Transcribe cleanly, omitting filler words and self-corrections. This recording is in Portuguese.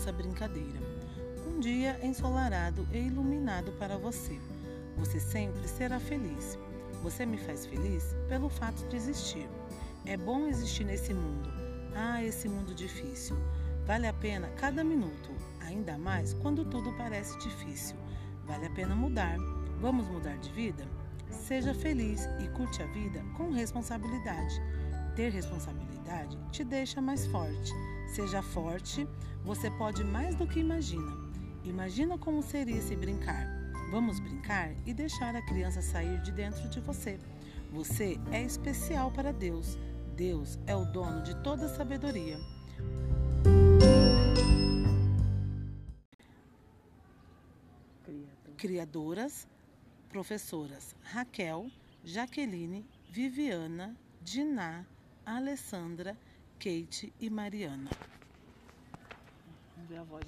nossa brincadeira. Um dia ensolarado e iluminado para você. Você sempre será feliz. Você me faz feliz pelo fato de existir. É bom existir nesse mundo. Ah, esse mundo difícil. Vale a pena cada minuto, ainda mais quando tudo parece difícil. Vale a pena mudar. Vamos mudar de vida? Seja feliz e curte a vida com responsabilidade. Ter responsabilidade te deixa mais forte. Seja forte, você pode mais do que imagina. Imagina como seria se brincar. Vamos brincar e deixar a criança sair de dentro de você. Você é especial para Deus. Deus é o dono de toda a sabedoria. Criadoras, professoras Raquel, Jaqueline, Viviana, Diná, Alessandra, Kate e Mariana. Vamos ver a voz.